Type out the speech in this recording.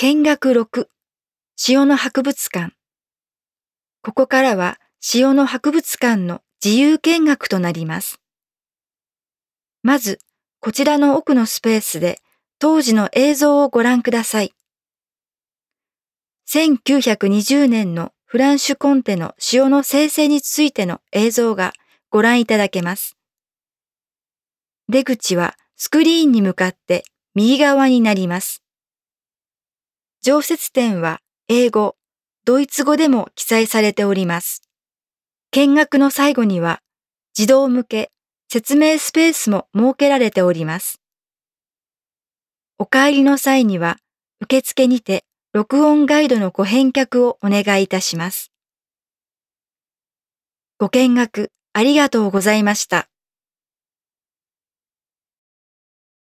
見学6、塩の博物館。ここからは塩の博物館の自由見学となります。まず、こちらの奥のスペースで当時の映像をご覧ください。1920年のフランシュコンテの塩の生成についての映像がご覧いただけます。出口はスクリーンに向かって右側になります。常設展は英語、ドイツ語でも記載されております。見学の最後には児童向け説明スペースも設けられております。お帰りの際には受付にて録音ガイドのご返却をお願いいたします。ご見学ありがとうございました。